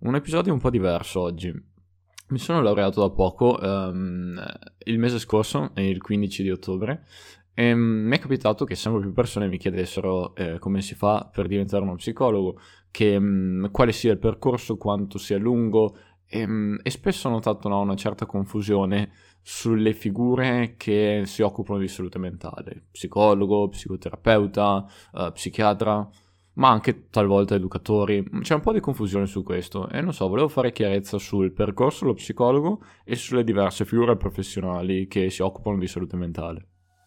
Un episodio un po' diverso oggi. Mi sono laureato da poco, il mese scorso, il 15 di ottobre, e mi è capitato che sempre più persone mi chiedessero come si fa per diventare uno psicologo, quale sia il percorso, quanto sia lungo, e spesso ho notato una certa confusione sulle figure che si occupano di salute mentale: psicologo, psicoterapeuta, psichiatra, ma anche talvolta educatori. C'è un po' di confusione su questo e non so, volevo fare chiarezza sul percorso dello psicologo e sulle diverse figure professionali che si occupano di salute mentale.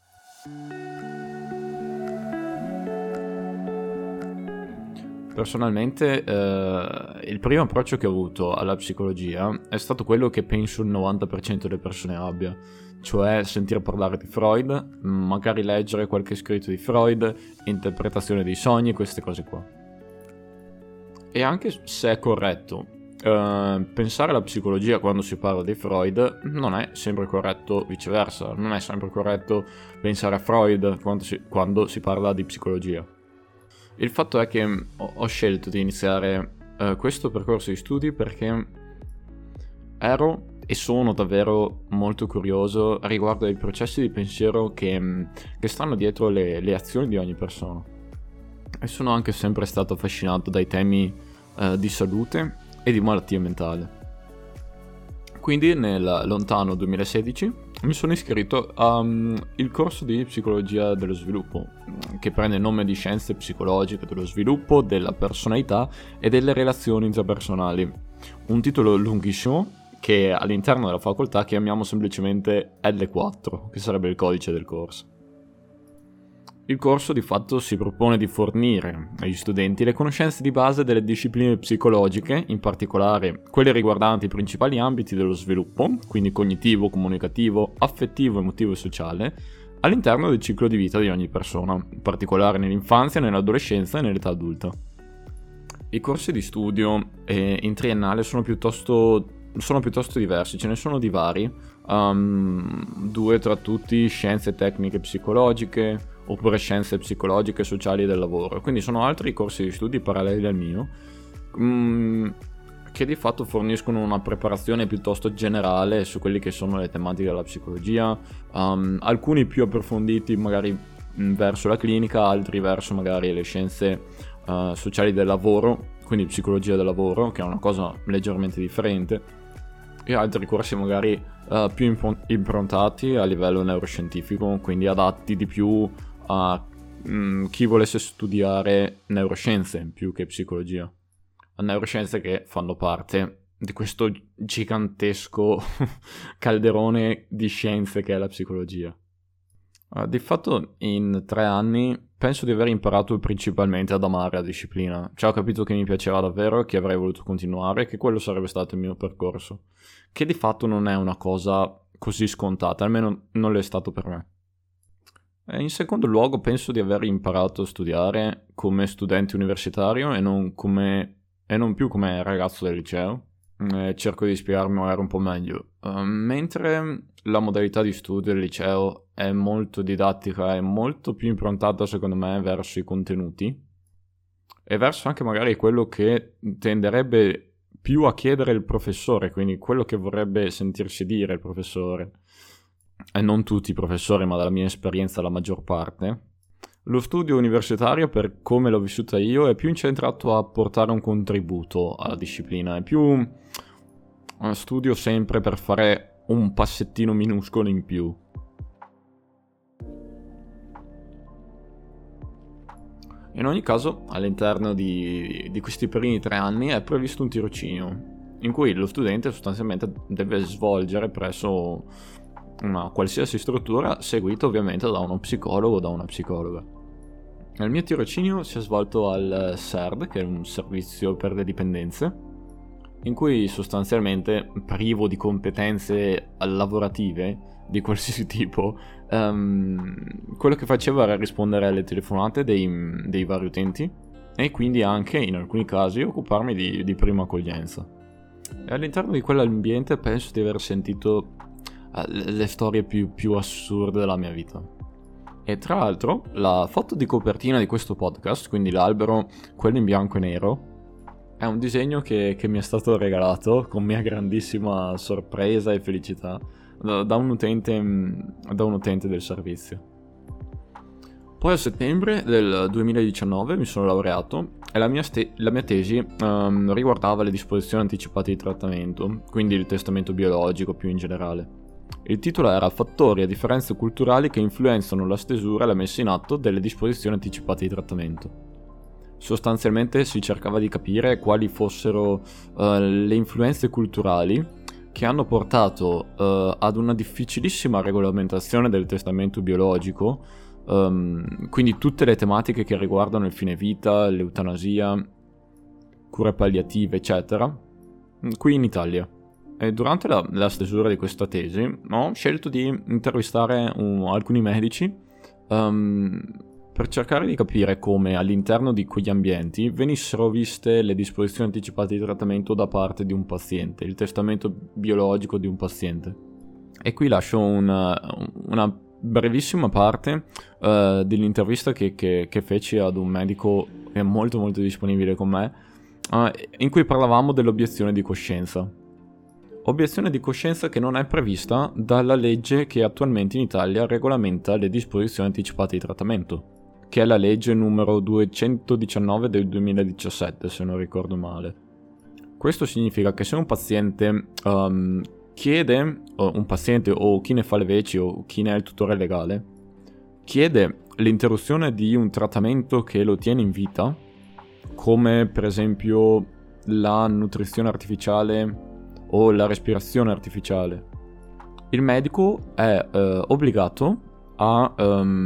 Personalmente il primo approccio che ho avuto alla psicologia è stato quello che penso il 90% delle persone abbia, cioè sentire parlare di Freud, magari leggere qualche scritto di Freud, interpretazione dei sogni, queste cose qua. E anche se è corretto pensare alla psicologia quando si parla di Freud, non è sempre corretto viceversa, non è sempre corretto pensare a Freud quando si parla di psicologia. Il fatto è che ho scelto di iniziare questo percorso di studi perché ero e sono davvero molto curioso riguardo ai processi di pensiero che stanno dietro le azioni di ogni persona. E sono anche sempre stato affascinato dai temi di salute e di malattia mentale. Quindi nel lontano 2016 mi sono iscritto al corso di psicologia dello sviluppo, che prende il nome di scienze psicologiche dello sviluppo, della personalità e delle relazioni interpersonali. Un titolo lunghissimo che all'interno della facoltà chiamiamo semplicemente L4, che sarebbe il codice del corso. Il corso di fatto si propone di fornire agli studenti le conoscenze di base delle discipline psicologiche, in particolare quelle riguardanti i principali ambiti dello sviluppo, quindi cognitivo, comunicativo, affettivo, emotivo e sociale, all'interno del ciclo di vita di ogni persona, in particolare nell'infanzia, nell'adolescenza e nell'età adulta. I corsi di studio in triennale sono piuttosto diversi, ce ne sono di vari, due tra tutti scienze tecniche psicologiche, oppure scienze psicologiche, sociali e del lavoro. Quindi sono altri corsi di studi paralleli al mio, che di fatto forniscono una preparazione piuttosto generale su quelli che sono le tematiche della psicologia, alcuni più approfonditi magari verso la clinica, altri verso magari le scienze sociali del lavoro, quindi psicologia del lavoro, che è una cosa leggermente differente, e altri corsi magari più improntati a livello neuroscientifico, quindi adatti di più a chi volesse studiare neuroscienze più che psicologia. Neuroscienze che fanno parte di questo gigantesco calderone di scienze che è la psicologia. Di fatto in 3 anni penso di aver imparato principalmente ad amare la disciplina. Cioè ho capito che mi piaceva davvero, che avrei voluto continuare, che quello sarebbe stato il mio percorso, che di fatto non è una cosa così scontata, almeno non l'è stato per me. E in secondo luogo penso di aver imparato a studiare come studente universitario e non più come ragazzo del liceo. Cerco di spiegarmi magari un po' meglio. Mentre la modalità di studio del liceo è molto didattica e molto più improntata secondo me verso i contenuti e verso anche magari quello che tenderebbe più a chiedere il professore, quindi quello che vorrebbe sentirsi dire il professore, e non tutti i professori, ma dalla mia esperienza la maggior parte. Lo studio universitario, per come l'ho vissuta io, è più incentrato a portare un contributo alla disciplina, è più un studio sempre per fare un passettino minuscolo in più. In ogni caso, all'interno di questi primi 3 anni è previsto un tirocinio, in cui lo studente sostanzialmente deve svolgere presso una qualsiasi struttura, seguito ovviamente da uno psicologo o da una psicologa. Il mio tirocinio si è svolto al SERD, che è un servizio per le dipendenze, in cui sostanzialmente, privo di competenze lavorative di qualsiasi tipo, quello che facevo era rispondere alle telefonate dei vari utenti e quindi anche in alcuni casi occuparmi di prima accoglienza. E all'interno di quell'ambiente penso di aver sentito le storie più assurde della mia vita. E tra l'altro la foto di copertina di questo podcast, quindi l'albero, quello in bianco e nero, È un disegno che mi è stato regalato con mia grandissima sorpresa e felicità da un utente del servizio. Poi a settembre del 2019 mi sono laureato e la mia tesi riguardava le disposizioni anticipate di trattamento, quindi il testamento biologico più in generale. Il titolo era Fattori e differenze culturali che influenzano la stesura e la messa in atto delle disposizioni anticipate di trattamento. Sostanzialmente si cercava di capire quali fossero le influenze culturali che hanno portato ad una difficilissima regolamentazione del testamento biologico, quindi tutte le tematiche che riguardano il fine vita, l'eutanasia, cure palliative, eccetera, qui in Italia. E durante la stesura di questa tesi ho scelto di intervistare alcuni medici per cercare di capire come all'interno di quegli ambienti venissero viste le disposizioni anticipate di trattamento da parte di un paziente, il testamento biologico di un paziente. E qui lascio una brevissima parte dell'intervista che feci ad un medico che è molto molto disponibile con me, in cui parlavamo dell'obiezione di coscienza. Obiezione di coscienza che non è prevista dalla legge che attualmente in Italia regolamenta le disposizioni anticipate di trattamento, che è la legge numero 219 del 2017, se non ricordo male. Questo significa che se un paziente chiede, un paziente o chi ne fa le veci o chi ne è il tutore legale, chiede l'interruzione di un trattamento che lo tiene in vita, come per esempio la nutrizione artificiale o la respirazione artificiale, il medico è obbligato a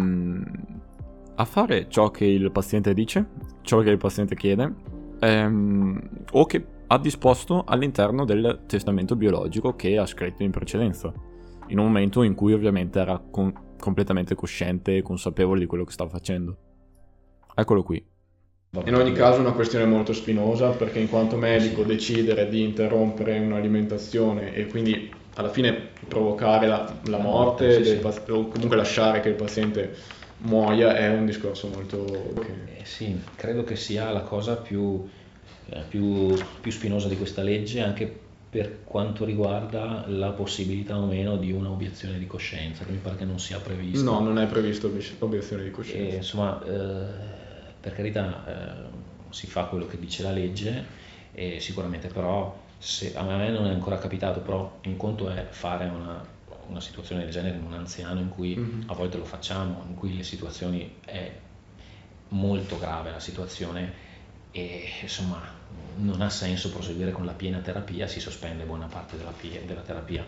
fare ciò che il paziente dice, ciò che il paziente chiede, o che ha disposto all'interno del testamento biologico che ha scritto in precedenza, in un momento in cui ovviamente era completamente cosciente e consapevole di quello che stava facendo. Eccolo qui. In ogni caso è una questione molto spinosa, perché in quanto medico decidere di interrompere un'alimentazione e quindi alla fine provocare la morte o comunque lasciare che il paziente muoia è un discorso molto... Sì, credo che sia la cosa più spinosa di questa legge, anche per quanto riguarda la possibilità o meno di una obiezione di coscienza, che mi pare che non sia prevista. No, non è previsto obiezione di coscienza. Insomma, per carità, si fa quello che dice la legge, e sicuramente però, a me non è ancora capitato, però un conto è fare una situazione del genere in un anziano, in cui a volte lo facciamo, in cui le situazioni è molto grave la situazione e insomma non ha senso proseguire con la piena terapia, si sospende buona parte della terapia,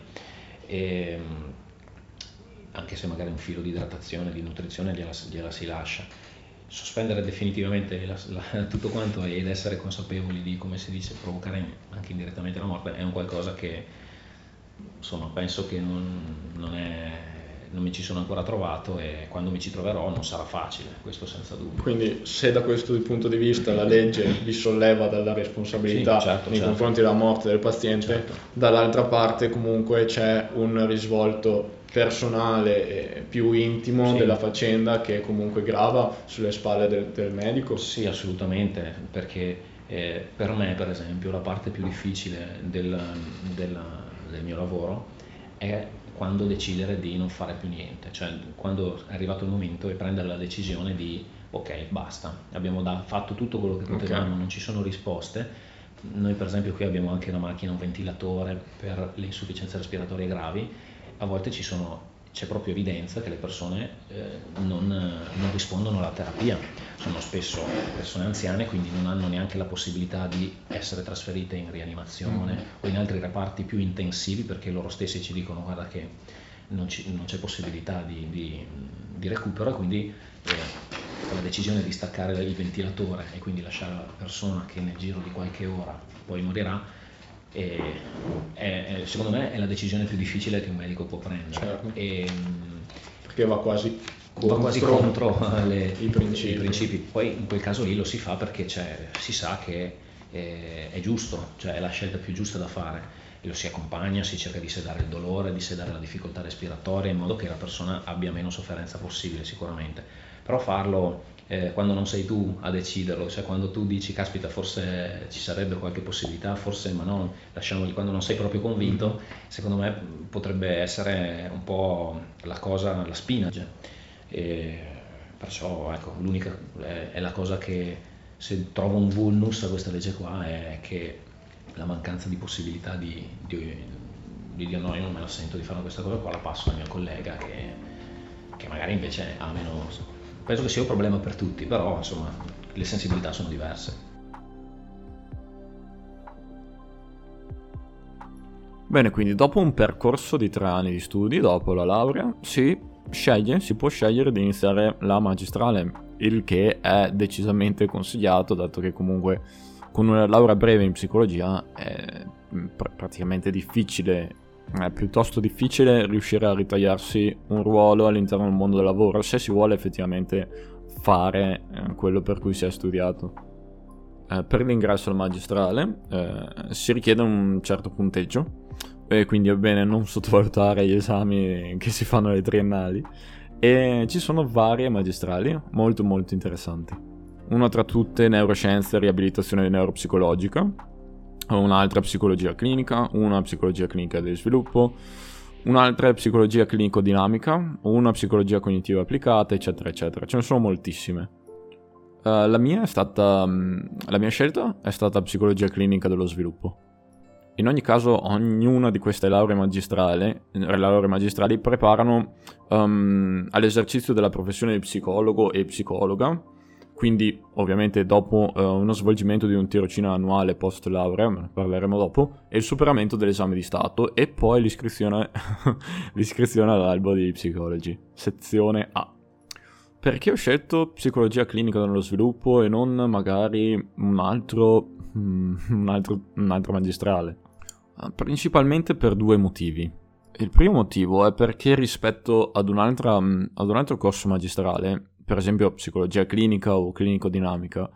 anche se magari un filo di idratazione, di nutrizione gliela si lascia. Sospendere definitivamente tutto quanto ed essere consapevoli di, come si dice, provocare anche indirettamente la morte è un qualcosa che insomma penso che non mi ci sono ancora trovato, e quando mi ci troverò non sarà facile, questo senza dubbio. Quindi se da questo punto di vista la legge vi solleva dalla responsabilità nei confronti della morte del paziente, dall'altra parte comunque c'è un risvolto personale e più intimo della faccenda che comunque grava sulle spalle del medico. Sì, assolutamente, perché per me per esempio la parte più difficile del mio lavoro è quando decidere di non fare più niente, cioè quando è arrivato il momento e prendere la decisione di ok, basta, abbiamo fatto tutto quello che potevamo, non ci sono risposte. Noi per esempio qui abbiamo anche una macchina, un ventilatore per le insufficienze respiratorie gravi, a volte c'è proprio evidenza che le persone non rispondono alla terapia, sono spesso persone anziane, quindi non hanno neanche la possibilità di essere trasferite in rianimazione o in altri reparti più intensivi, perché loro stessi ci dicono guarda che non c'è possibilità di recupero, e quindi la decisione di staccare il ventilatore e quindi lasciare la persona che nel giro di qualche ora poi morirà, secondo me è la decisione più difficile che un medico può prendere, perché va quasi contro i principi. Poi in quel caso lì lo si fa perché si sa che è giusto, cioè è la scelta più giusta da fare, e lo si accompagna, si cerca di sedare il dolore, di sedare la difficoltà respiratoria, in modo che la persona abbia meno sofferenza possibile sicuramente, però farlo quando non sei tu a deciderlo, cioè quando tu dici caspita forse ci sarebbe qualche possibilità, forse ma no, lasciamoli, quando non sei proprio convinto, secondo me potrebbe essere un po' la cosa, la spina. E perciò ecco, l'unica è la cosa che se trovo un vulnus a questa legge qua è che la mancanza di possibilità di dire no, io non me la sento di fare questa cosa qua, la passo al mio collega che magari invece ha meno. Penso che sia un problema per tutti, però insomma le sensibilità sono diverse. Bene, quindi dopo un percorso di 3 anni di studi, dopo la laurea, si può scegliere di iniziare la magistrale, il che è decisamente consigliato, dato che comunque con una laurea breve in psicologia è praticamente difficile, è piuttosto difficile riuscire a ritagliarsi un ruolo all'interno del mondo del lavoro, se si vuole effettivamente fare quello per cui si è studiato. Per l'ingresso alla magistrale si richiede un certo punteggio, e quindi è bene non sottovalutare gli esami che si fanno alle triennali, e ci sono varie magistrali molto molto interessanti. Una tra tutte neuroscienze e riabilitazione neuropsicologica, un'altra psicologia clinica, una psicologia clinica del sviluppo, un'altra è psicologia clinico-dinamica, una psicologia cognitiva applicata, eccetera eccetera. Ce ne sono moltissime. La mia scelta è stata psicologia clinica dello sviluppo. In ogni caso, ognuna di queste lauree magistrali preparano all'esercizio della professione di psicologo e psicologa, quindi ovviamente dopo uno svolgimento di un tirocinio annuale post laurea, ne parleremo dopo, e il superamento dell'esame di Stato, e poi l'iscrizione all'albo di psicologi, sezione A. Perché ho scelto psicologia clinica dello sviluppo e non magari un'altra magistrale? Principalmente per 2 motivi. Il primo motivo è perché rispetto ad un altro corso magistrale, per esempio psicologia clinica o clinico-dinamica,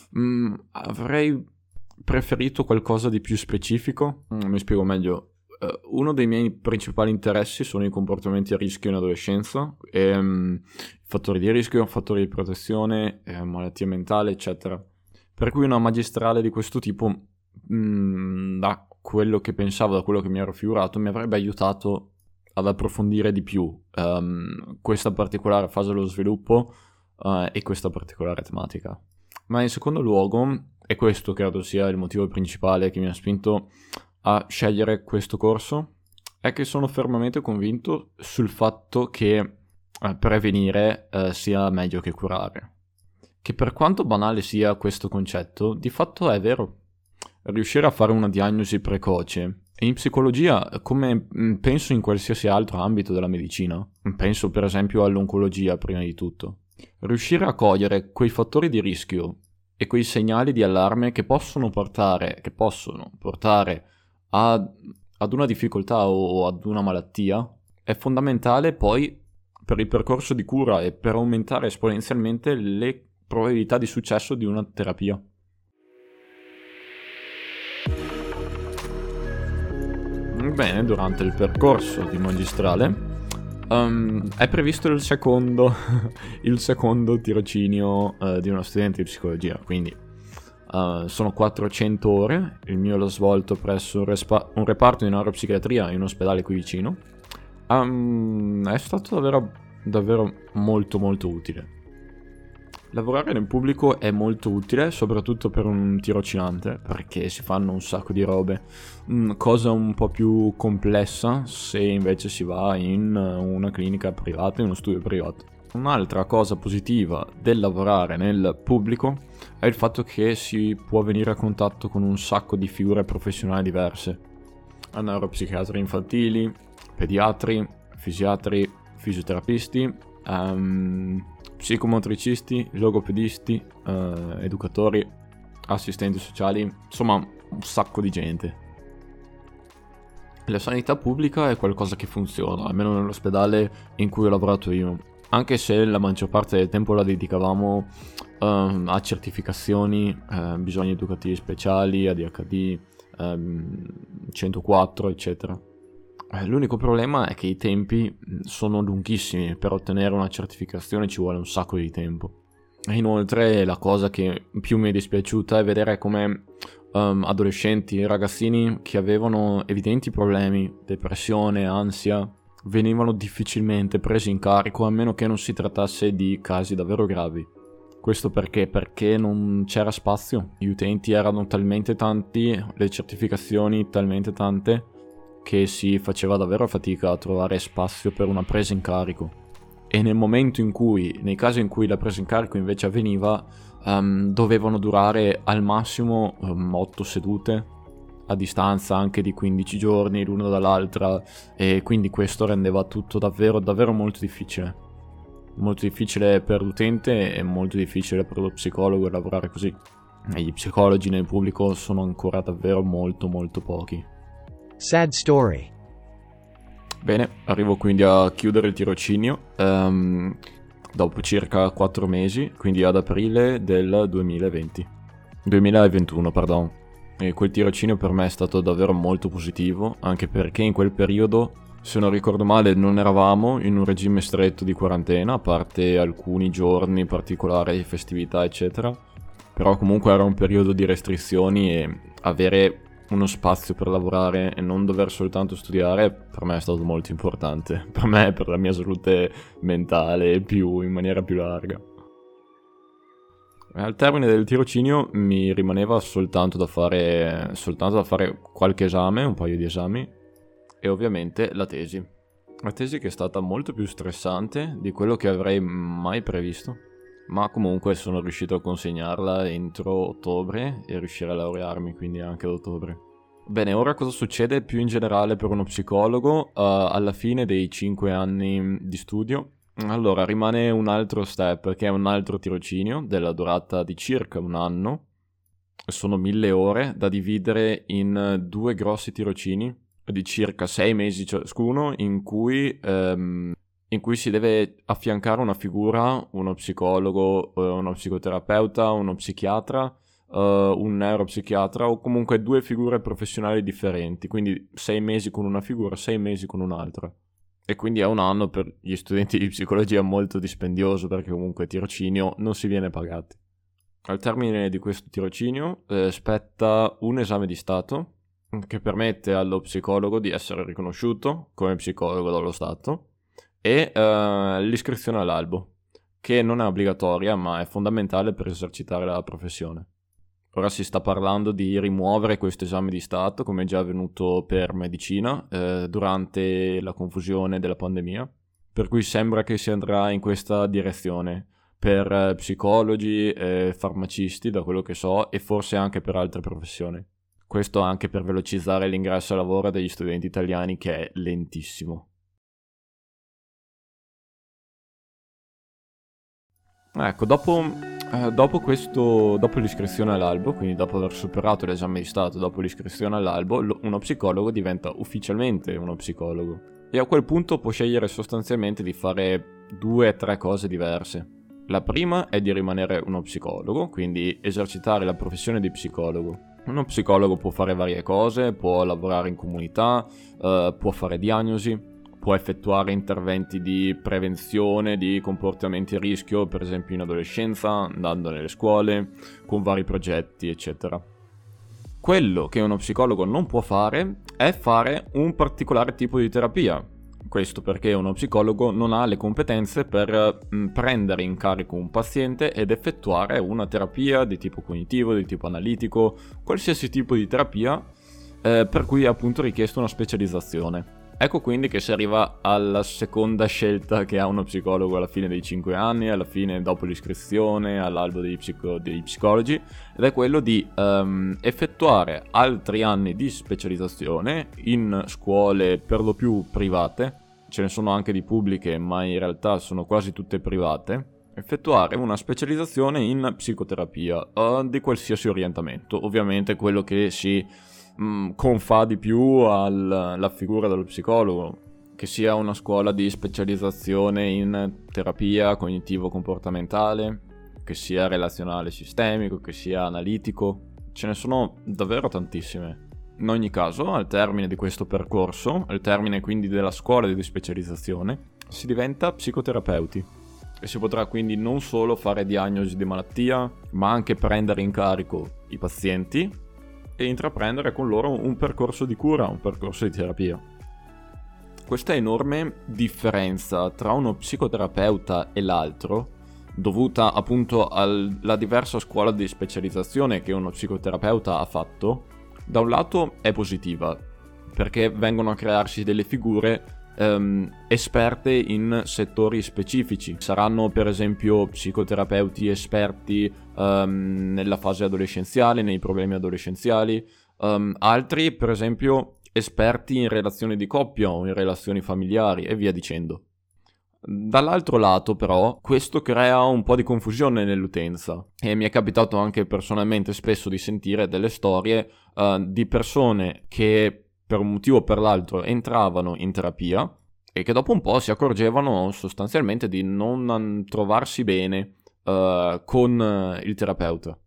avrei preferito qualcosa di più specifico. Mi spiego meglio. Uno dei miei principali interessi sono i comportamenti a rischio in adolescenza, fattori di rischio, fattori di protezione, malattia mentale, eccetera. Per cui una magistrale di questo tipo, da quello che pensavo, da quello che mi ero figurato, mi avrebbe aiutato ad approfondire di più questa particolare fase dello sviluppo e questa particolare tematica. Ma in secondo luogo, e questo credo sia il motivo principale che mi ha spinto a scegliere questo corso, è che sono fermamente convinto sul fatto che prevenire sia meglio che curare. Che per quanto banale sia questo concetto, di fatto è vero. Riuscire a fare una diagnosi precoce, e in psicologia, come penso in qualsiasi altro ambito della medicina, penso per esempio all'oncologia prima di tutto, riuscire a cogliere quei fattori di rischio e quei segnali di allarme che possono portare ad una difficoltà o ad una malattia, è fondamentale poi per il percorso di cura e per aumentare esponenzialmente le probabilità di successo di una terapia. Bene, durante il percorso di magistrale è previsto il secondo tirocinio di uno studente di psicologia, quindi sono 400 ore, il mio l'ho svolto presso un reparto di neuropsichiatria in un ospedale qui vicino. È stato davvero molto molto utile. Lavorare nel pubblico è molto utile, soprattutto per un tirocinante, perché si fanno un sacco di robe, cosa un po' più complessa se invece si va in una clinica privata, in uno studio privato. Un'altra cosa positiva del lavorare nel pubblico è il fatto che si può venire a contatto con un sacco di figure professionali diverse. Neuropsichiatri infantili, pediatri, fisiatri, fisioterapisti, psicomotricisti, logopedisti, educatori, assistenti sociali, insomma un sacco di gente. La sanità pubblica è qualcosa che funziona, almeno nell'ospedale in cui ho lavorato io, anche se la maggior parte del tempo la dedicavamo a certificazioni, bisogni educativi speciali, ADHD, 104, eccetera. L'unico problema è che i tempi sono lunghissimi, per ottenere una certificazione ci vuole un sacco di tempo. E inoltre la cosa che più mi è dispiaciuta è vedere come adolescenti, ragazzini che avevano evidenti problemi, depressione, ansia, venivano difficilmente presi in carico a meno che non si trattasse di casi davvero gravi. Questo perché? Perché non c'era spazio, gli utenti erano talmente tanti, le certificazioni talmente tante, che si faceva davvero fatica a trovare spazio per una presa in carico. E nei casi in cui la presa in carico invece avveniva, dovevano durare al massimo 8 sedute, a distanza anche di 15 giorni l'una dall'altra, e quindi questo rendeva tutto davvero, davvero molto difficile. Molto difficile per l'utente e molto difficile per lo psicologo lavorare così. E gli psicologi nel pubblico sono ancora davvero molto molto pochi. Sad story. Bene, arrivo quindi a chiudere il tirocinio dopo circa 4 mesi, quindi ad aprile del 2021, pardon. E quel tirocinio per me è stato davvero molto positivo, anche perché in quel periodo, se non ricordo male, non eravamo in un regime stretto di quarantena, a parte alcuni giorni particolari, festività, eccetera. Però comunque era un periodo di restrizioni e avere uno spazio per lavorare e non dover soltanto studiare per me è stato molto importante, per me e per la mia salute mentale in maniera più larga. Al termine del tirocinio mi rimaneva soltanto da fare qualche esame, un paio di esami, e ovviamente la tesi che è stata molto più stressante di quello che avrei mai previsto, ma comunque sono riuscito a consegnarla entro ottobre e riuscire a laurearmi quindi anche ad ottobre. Bene, ora cosa succede più in generale per uno psicologo alla fine dei 5 anni di studio? Allora, rimane un altro step, che è un altro tirocinio della durata di circa un anno. Sono 1000 ore da dividere in 2 grossi tirocini di circa 6 mesi ciascuno, in cui si deve affiancare una figura, uno psicologo, uno psicoterapeuta, uno psichiatra, un neuropsichiatra, o comunque 2 figure professionali differenti, quindi 6 mesi con una figura, 6 mesi con un'altra. E quindi è un anno per gli studenti di psicologia molto dispendioso, perché comunque tirocinio non si viene pagati. Al termine di questo tirocinio spetta un esame di Stato che permette allo psicologo di essere riconosciuto come psicologo dallo Stato, e l'iscrizione all'albo, che non è obbligatoria ma è fondamentale per esercitare la professione. Ora si sta parlando di rimuovere questo esame di Stato, come è già avvenuto per medicina durante la confusione della pandemia, per cui sembra che si andrà in questa direzione per psicologi, farmacisti, da quello che so, e forse anche per altre professioni. Questo anche per velocizzare l'ingresso al lavoro degli studenti italiani, che è lentissimo. Ecco, dopo l'iscrizione all'albo, quindi dopo aver superato l'esame di Stato, dopo l'iscrizione all'albo, uno psicologo diventa ufficialmente uno psicologo. E a quel punto può scegliere sostanzialmente di fare 2-3 cose diverse. La prima è di rimanere uno psicologo, quindi esercitare la professione di psicologo. Uno psicologo può fare varie cose, può lavorare in comunità, può fare diagnosi, può effettuare interventi di prevenzione di comportamenti a rischio, per esempio in adolescenza, andando nelle scuole, con vari progetti, eccetera. Quello che uno psicologo non può fare è fare un particolare tipo di terapia. Questo perché uno psicologo non ha le competenze per prendere in carico un paziente ed effettuare una terapia di tipo cognitivo, di tipo analitico, qualsiasi tipo di terapia per cui è appunto richiesto una specializzazione. Ecco quindi che si arriva alla seconda scelta che ha uno psicologo alla fine dei 5 anni, alla fine dopo l'iscrizione all'albo degli psicologi, ed è quello di effettuare altri anni di specializzazione in scuole per lo più private, ce ne sono anche di pubbliche ma in realtà sono quasi tutte private, effettuare una specializzazione in psicoterapia di qualsiasi orientamento, ovviamente quello che si confà di più alla figura dello psicologo, che sia una scuola di specializzazione in terapia cognitivo-comportamentale, che sia relazionale sistemico, che sia analitico, ce ne sono davvero tantissime. In ogni caso, al termine di questo percorso, al termine quindi della scuola di specializzazione, si diventa psicoterapeuti. e si potrà quindi non solo fare diagnosi di malattia, ma anche prendere in carico i pazienti e intraprendere con loro un percorso di cura, un percorso di terapia. Questa enorme differenza tra uno psicoterapeuta e l'altro, dovuta appunto alla diversa scuola di specializzazione che uno psicoterapeuta ha fatto, da un lato è positiva, perché vengono a crearsi delle figure esperte in settori specifici. Saranno per esempio psicoterapeuti esperti nella fase adolescenziale, nei problemi adolescenziali, altri per esempio esperti in relazioni di coppia o in relazioni familiari e via dicendo. Dall'altro lato però questo crea un po' di confusione nell'utenza e mi è capitato anche personalmente spesso di sentire delle storie di persone che per un motivo o per l'altro entravano in terapia e che dopo un po' si accorgevano sostanzialmente di non trovarsi bene con il terapeuta.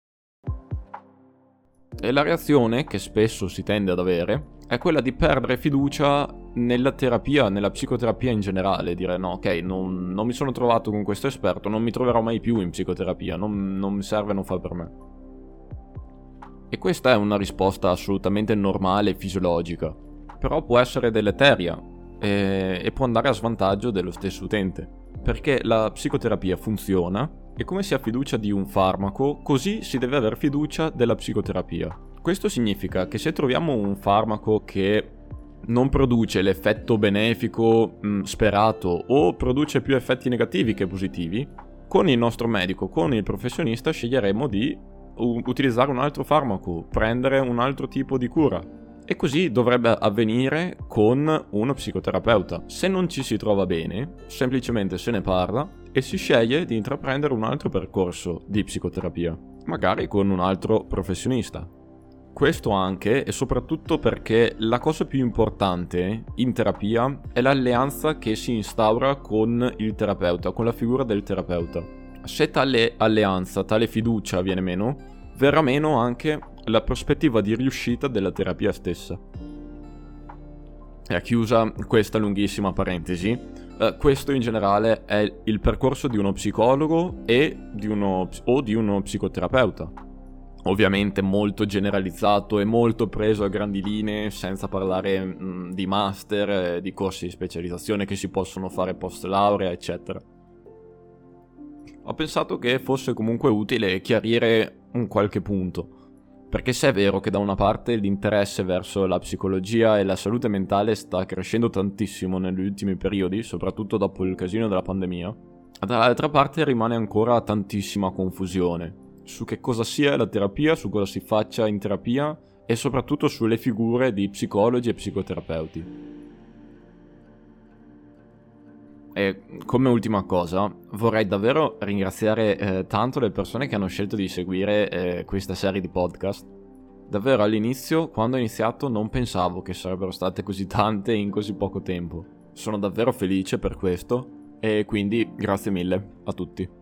E la reazione che spesso si tende ad avere è quella di perdere fiducia nella terapia, nella psicoterapia in generale, dire no, ok, non mi sono trovato con questo esperto, non mi troverò mai più in psicoterapia, non mi serve, non fa per me. E questa è una risposta assolutamente normale e fisiologica, però può essere deleteria e può andare a svantaggio dello stesso utente, perché la psicoterapia funziona e come si ha fiducia di un farmaco, così si deve avere fiducia della psicoterapia. Questo significa che se troviamo un farmaco che non produce l'effetto benefico sperato o produce più effetti negativi che positivi, con il nostro medico, con il professionista sceglieremo di utilizzare un altro farmaco, prendere un altro tipo di cura. E così dovrebbe avvenire con uno psicoterapeuta. Se non ci si trova bene, semplicemente se ne parla e si sceglie di intraprendere un altro percorso di psicoterapia, magari con un altro professionista. Questo anche e soprattutto perché la cosa più importante in terapia è l'alleanza che si instaura con il terapeuta, con la figura del terapeuta. Se tale alleanza, tale fiducia viene meno, verrà meno anche la prospettiva di riuscita della terapia stessa. E chiusa questa lunghissima parentesi, questo in generale è il percorso di uno psicologo e di uno psicoterapeuta. Ovviamente molto generalizzato e molto preso a grandi linee, senza parlare di master, di corsi di specializzazione che si possono fare post laurea, eccetera. Ho pensato che fosse comunque utile chiarire un qualche punto, perché se è vero che da una parte l'interesse verso la psicologia e la salute mentale sta crescendo tantissimo negli ultimi periodi, soprattutto dopo il casino della pandemia, dall'altra parte rimane ancora tantissima confusione su che cosa sia la terapia, su cosa si faccia in terapia e soprattutto sulle figure di psicologi e psicoterapeuti. E come ultima cosa vorrei davvero ringraziare tanto le persone che hanno scelto di seguire questa serie di podcast. Davvero all'inizio, quando ho iniziato, non pensavo che sarebbero state così tante in così poco tempo. Sono davvero felice per questo e quindi grazie mille a tutti.